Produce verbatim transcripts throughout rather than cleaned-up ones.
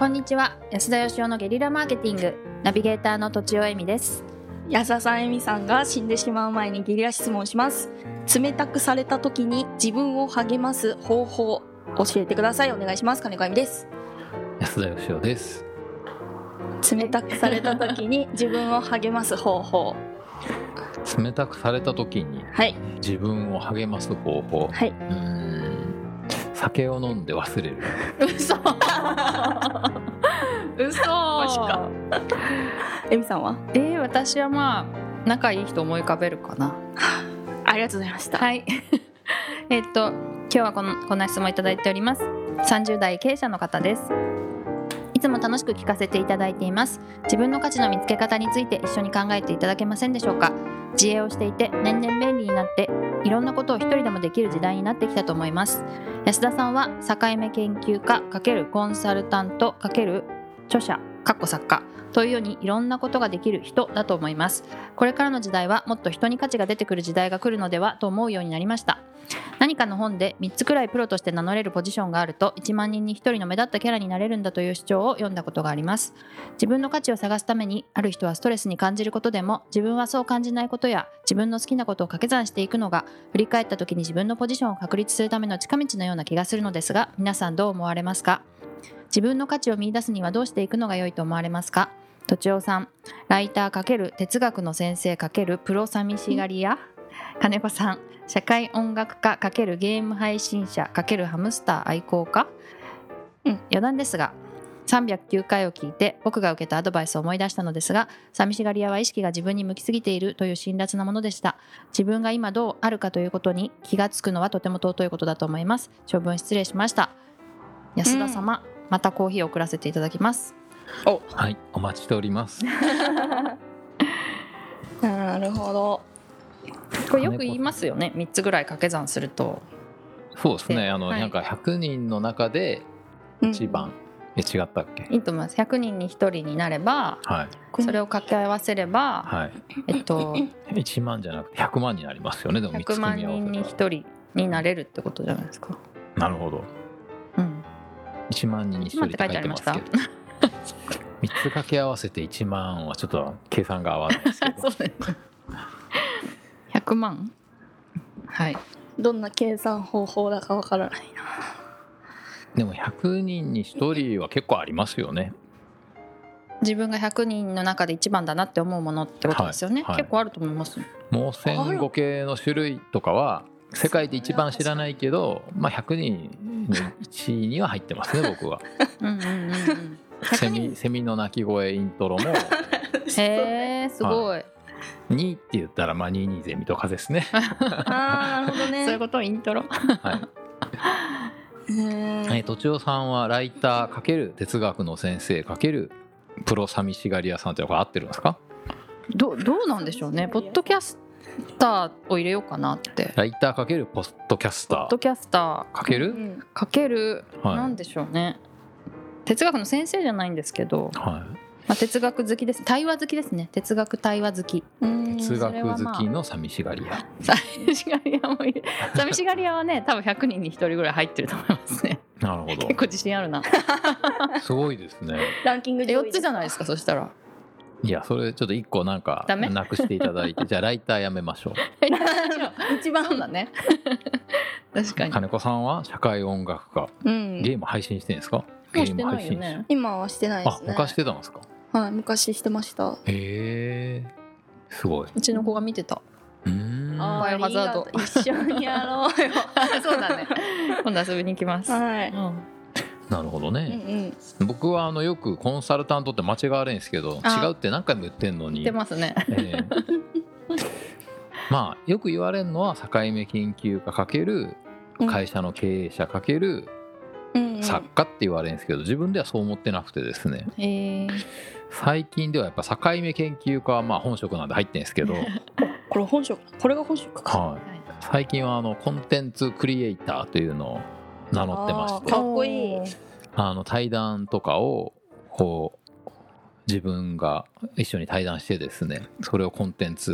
んにちは。安田義雄のゲリラマーケティングナビゲーターのとちおえみです。 安田さん、えみさんが死んでしまう前にゲリラ質問します。冷たくされた時に自分を励ます方法教えてください。お願いします。金子えみです。 安田義雄です。 冷たくされた時に自分を励ます方法。 冷たくされた時に自分を励ます方法、 はい、 うーん酒を飲んで忘れる。 嘘嘘マジか。えみさんは？ えー、私はまあ仲いい人思い浮かべるかな。 ありがとうございました。 はいえっと今日はこのこんな質問いただいております。さんじゅう代経営者の方です。いつも楽しく聞かせていただいています。自分の価値の見つけ方について一緒に考えていただけませんでしょうか。自営をしていて年々便利になっていろんなことを一人でもできる時代になってきたと思います。安田さんは境目研究家×コンサルタント×著者作家というようにいろんなことができる人だと思います。これからの時代はもっと人に価値が出てくる時代が来るのではと思うようになりました。何かの本でみっつくらいプロとして名乗れるポジションがあるといちまんにんにひとりの目立ったキャラになれるんだという主張を読んだことがあります。自分の価値を探すためにある人はストレスに感じることでも自分はそう感じないことや自分の好きなことを掛け算していくのが振り返った時に自分のポジションを確立するための近道のような気がするのですが、皆さんどう思われますか？自分の価値を見出すにはどうしていくのが良いと思われますか？とちおさん、ライター×哲学の先生×プロ寂しがり屋。金子さん、社会音楽家×ゲーム配信者×ハムスター愛好家。うん、余談ですがさんびゃくきゅうかいを聞いて僕が受けたアドバイスを思い出したのですが、寂しがり屋は意識が自分に向きすぎているという辛辣なものでした。自分が今どうあるかということに気がつくのはとても尊いことだと思います。長文失礼しました。安田様、うん、またコーヒーを送らせていただきます。 お、はい、お待ちしております。 なるほど。 これよく言いますよね。みっつぐらい掛け算すると。 そうですね。あの、はい、なんかひゃくにんの中で一番、うん、え違ったっけ？ いいと思います。ひゃくにんにひとりになれば、はい、それを掛け合わせれば、はい、えっといちまんじゃなくてひゃくまんになりますよね。でもみっつ組み合わせたらひゃくまんにんにひとりになれるってことじゃないですか。 なるほど。うん。いちまんにんにひとりって書いてますけど。みっつ掛け合わせていちまんはちょっと計算が合わないですけど。 そうですね。ひゃくまん？はい。 どんな計算方法だかわからないな。 でもひゃくにんにひとりは結構ありますよね。 自分がひゃくにんの中で一番だなって思うものってことですよね。はいはい、結構あると思います。 もう線語系の種類とかは世界で一番知らないけど、まあひゃくにんのいちいには入ってますね僕は。うんうんうんうん。セミ、セミの鳴き声イントロもへーすごい、はい、 にって言ったらまあにじゅうにゼミとかですね。 あーなるほどね。 そういうことイントロ。はいえとちおさんはライター×哲学の先生×プロ寂しがり屋さんってのが合ってるんですか？ ど, どうなんでしょうね。ポッドキャスターを入れようかなって。 ライター×ポッドキャスター。 ポッドキャスター ×、うん、 ×なんでしょうね。哲学の先生じゃないんですけど、はいまあ、哲学好きです。対話好きですね。哲学対話好き。 哲学好きの寂しがり屋。 寂しがり屋もいる。寂しがり屋はね多分ひゃくにんにひとりぐらい入ってると思いますね。 なるほど。 結構自信あるな。 すごいですね。 ランキングよっつじゃないですか。そしたらいやそれちょっといっこなんかなくしていただいてじゃあライターやめましょう。 一番そうだね。確かに。 金子さんは社会音楽家、うん、ゲーム配信してるんですか？ もうしてないよね。 今はしてないですね。 あ、昔してたんですか？ はい、昔してました。 へえ、すごい。 うちの子が見てた。 うーん。 バイオハザード一緒にやろうよ。 そうだね。今度遊びに行きます。 はい。うん、 なるほどね。うんうん、僕はあのよくコンサルタントって間違われるんですけど、違うって何回も言ってんのに。 言ってますね。えー、 まあよく言われるのは境目研究家×会社の経営者×作家って言われるんですけど、自分ではそう思ってなくてですね、 へー最近ではやっぱ境目研究家はまあ本職なんで入ってるんですけどこれ本職、これが本職か、 はい、最近はあのコンテンツクリエイターというのを名乗ってまして、 かっこいい。 あの対談とかをこう自分が一緒に対談してですね、それをコンテンツ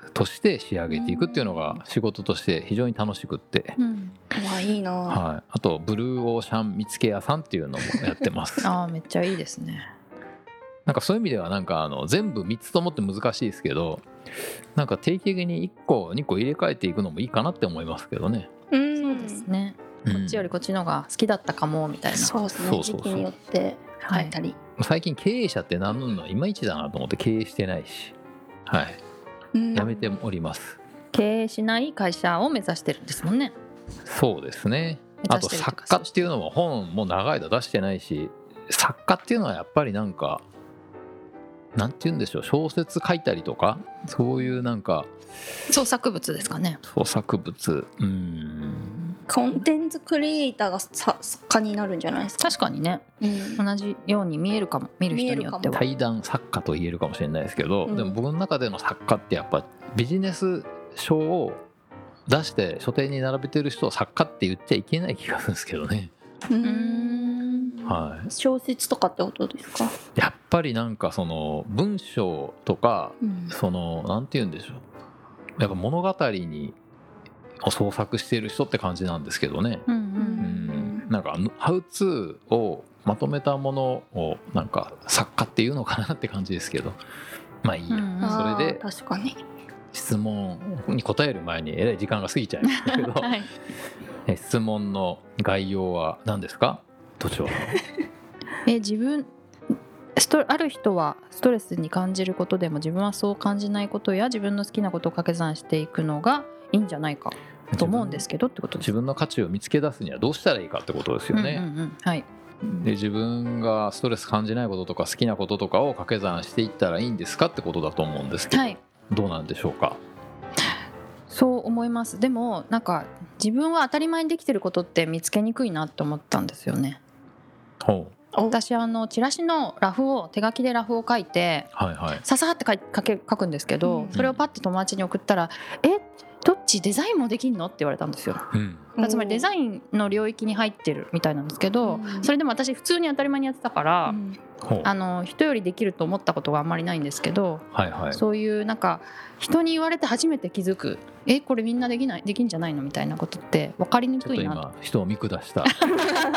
として仕上げていくっていうのが仕事として非常に楽しくって、 うん、 わいいな、 はい、あとブルーオーシャン見つけ屋さんっていうのもやってますあーめっちゃいいですね。 なんかそういう意味ではなんかあの全部みっつともって難しいですけど、なんか定期的にいっこにこ入れ替えていくのもいいかなって思いますけどね。 うんそうですね、 うんこっちよりこっちのが好きだったかもみたいな。 そうですね、 そうそうそう時期によって変えたり、 最近経営者って名乗るのはいまいちだなと思って経営してないし、はいうんやめております。 経営しない会社を目指してるんですもんね。 そうですね。あと目指してるとか作家っていうのも本も長い間出してないし、作家っていうのはやっぱりなんかなんて言うんでしょう、小説書いたりとかそういうなんか創作物ですかね。 創作物、うーんコンテンツクリエイターがさ作家になるんじゃないですか。 確かにね、 うん同じように見えるかも、見る人によっては。 対談作家と言えるかもしれないですけど、 うんでも僕の中での作家ってやっぱビジネス書を出して書店に並べてる人を作家って言っちゃいけない気がするんですけどね、 ううーんはい、 小説とかってことですか。 やっぱりなんかその文章とかうんそのなんて言うんでしょう、やっぱ物語にを創作している人って感じなんですけどね、 うんううんうんんなんかハウツーをまとめたものをなんか作家っていうのかなって感じですけど、まあいいや、 うんうんそれであー確かに質問に答える前にえらい時間が過ぎちゃいましたけどはい、 え質問の概要は何ですか、都庁さん。 え自分ストある人はストレスに感じることでも自分はそう感じないことや自分の好きなことを掛け算していくのがいいんじゃないかと思うんですけどってことです自分の価値を見つけ出すにはどうしたらいいかってことですよね、 うんうんうん、はいで自分がストレス感じないこととか好きなこととかを掛け算していったらいいんですかってことだと思うんですけど、 はい、 どうなんでしょうか。 そう思います。でもなんか自分は当たり前にできてることって見つけにくいなって思ったんですよね。 ほう、 私あのチラシのラフを手書きでラフを書いてはいはい、 ささって書い書け書くんですけど、 うんそれをパッて友達に送ったら「えどっちデザインもできんの?」って言われたんですよ。 うんつまりデザインの領域に入ってるみたいなんですけど、 うんそれでも私普通に当たり前にやってたから、 うんほう、 あの人よりできると思ったことがあんまりないんですけど、 はいはい、 そういうなんか人に言われて初めて気づく「えこれみんなできないできんじゃないの?」みたいなことって分かりにちょっとくいなと。 今人を見下した下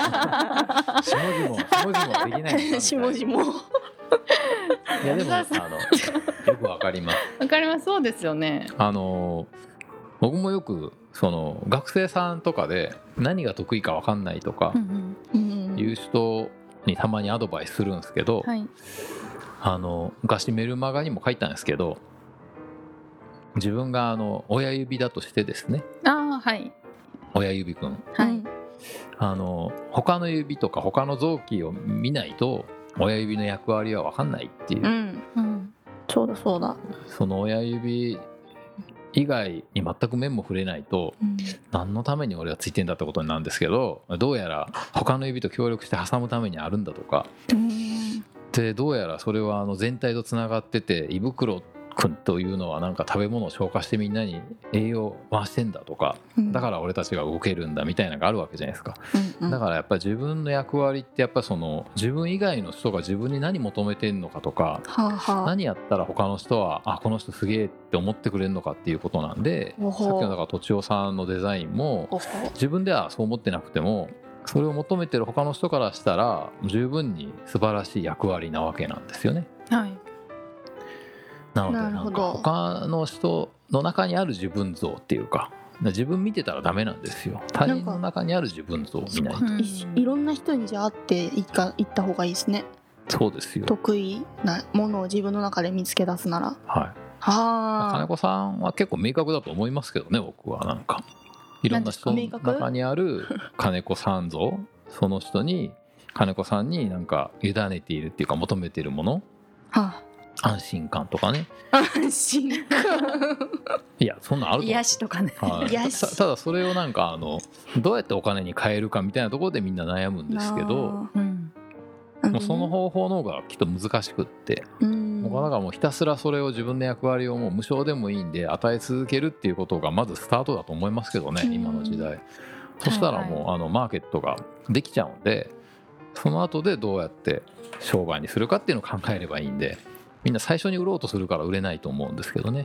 々も下々もできないのかみたいな下々もいやでもあのよくわかります分かります。そうですよね。 あの僕もよくその学生さんとかで何が得意か分かんないとかうんうんうんいう人にたまにアドバイスするんですけど、 はいあの昔メルマガにも書いたんですけど、自分があの親指だとしてですね、 ああはい親指くん、 はい、 あの他の指とか他の臓器を見ないと親指の役割は分かんないっていう、 うんうんそうだそうだ、 その親指以外に全く面も触れないとうん何のために俺はついてんだってことになるんですけど、どうやら他の指と協力して挟むためにあるんだとかうんで、どうやらそれはあの全体とつながってて、胃袋くんというのはなんか食べ物を消化してみんなに栄養を回してんだとか、だから俺たちが動けるんだみたいなのがあるわけじゃないですか。 うんうんだからやっぱり自分の役割ってやっぱその自分以外の人が自分に何求めてんのかとか、 はあはあ何やったら他の人はあこの人すげえって思ってくれるのかっていうことなんで、 ほほさっきのだからとちおさんのデザインもほほ自分ではそう思ってなくてもそれを求めてる他の人からしたら十分に素晴らしい役割なわけなんですよね。 はいなのでなるほどなんか他の人の中にある自分像っていうか、自分見てたらダメなんですよ。他人の中にある自分像を見ないと。 うんいいろんな人にじゃあ会っていか行った方がいいですね。 そうですよ。 得意なものを自分の中で見つけ出すなら。 はい。 あ金子さんは結構明確だと思いますけどね、僕はなんかいろんな人の中にある金子さん像、その人に金子さんになんか委ねているっていうか求めているもの、 あ、は安心感とかね。 あ、安心感。 いやそんなんあると思う癒しとかねはい、 癒したただそれをなんかあのどうやってお金に変えるかみたいなところでみんな悩むんですけど、 うんもうその方法の方がきっと難しくって、 うん僕はだからもうひたすらそれを自分の役割をもう無償でもいいんで与え続けるっていうことがまずスタートだと思いますけどね、 うん今の時代。そしたらもう、 はいあのマーケットができちゃうんで、その後でどうやって商売にするかっていうのを考えればいいんで、みんな最初に売ろうとするから売れないと思うんですけどね。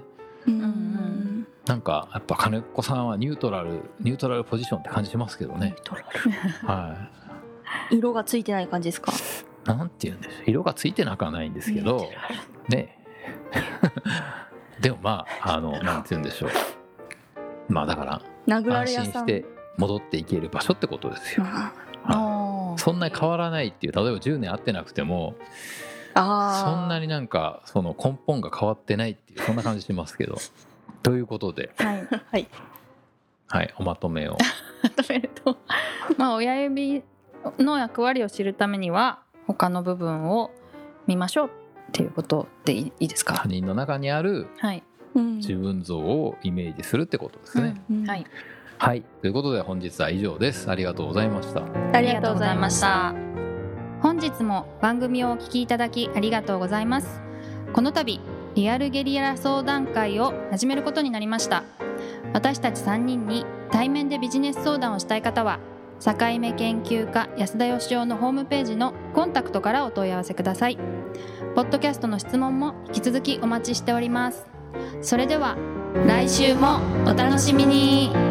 うんうん、 なんかやっぱ金子さんはニュートラルニュートラルポジションって感じしますけどね。はい、 色がついてない感じですか？ なんて言うんでしょう、色がついてなくはないんですけどねでもまああのなんて言うんでしょう、まあだから安心して戻っていける場所ってことですよ。あ、そんなに変わらないっていう、例えばじゅうねん会ってなくてもあそんなになんかその根本が変わってないっていう、そんな感じしますけどということで、 はいはいはい、おまとめをまとめるとまあ親指の役割を知るためには他の部分を見ましょうっていうことでいいですか？ 他人の中にある自分像をイメージするってことですね、 うんうん、はいはい、ということで本日は以上です。ありがとうございました。 ありがとうございました。 本日も番組をお聞きいただきありがとうございます。この度リアルゲリラ相談会を始めることになりました。私たちさんにんに対面でビジネス相談をしたい方は境目研究家安田義雄のホームページのコンタクトからお問い合わせください。ポッドキャストの質問も引き続きお待ちしております。それでは来週もお楽しみに。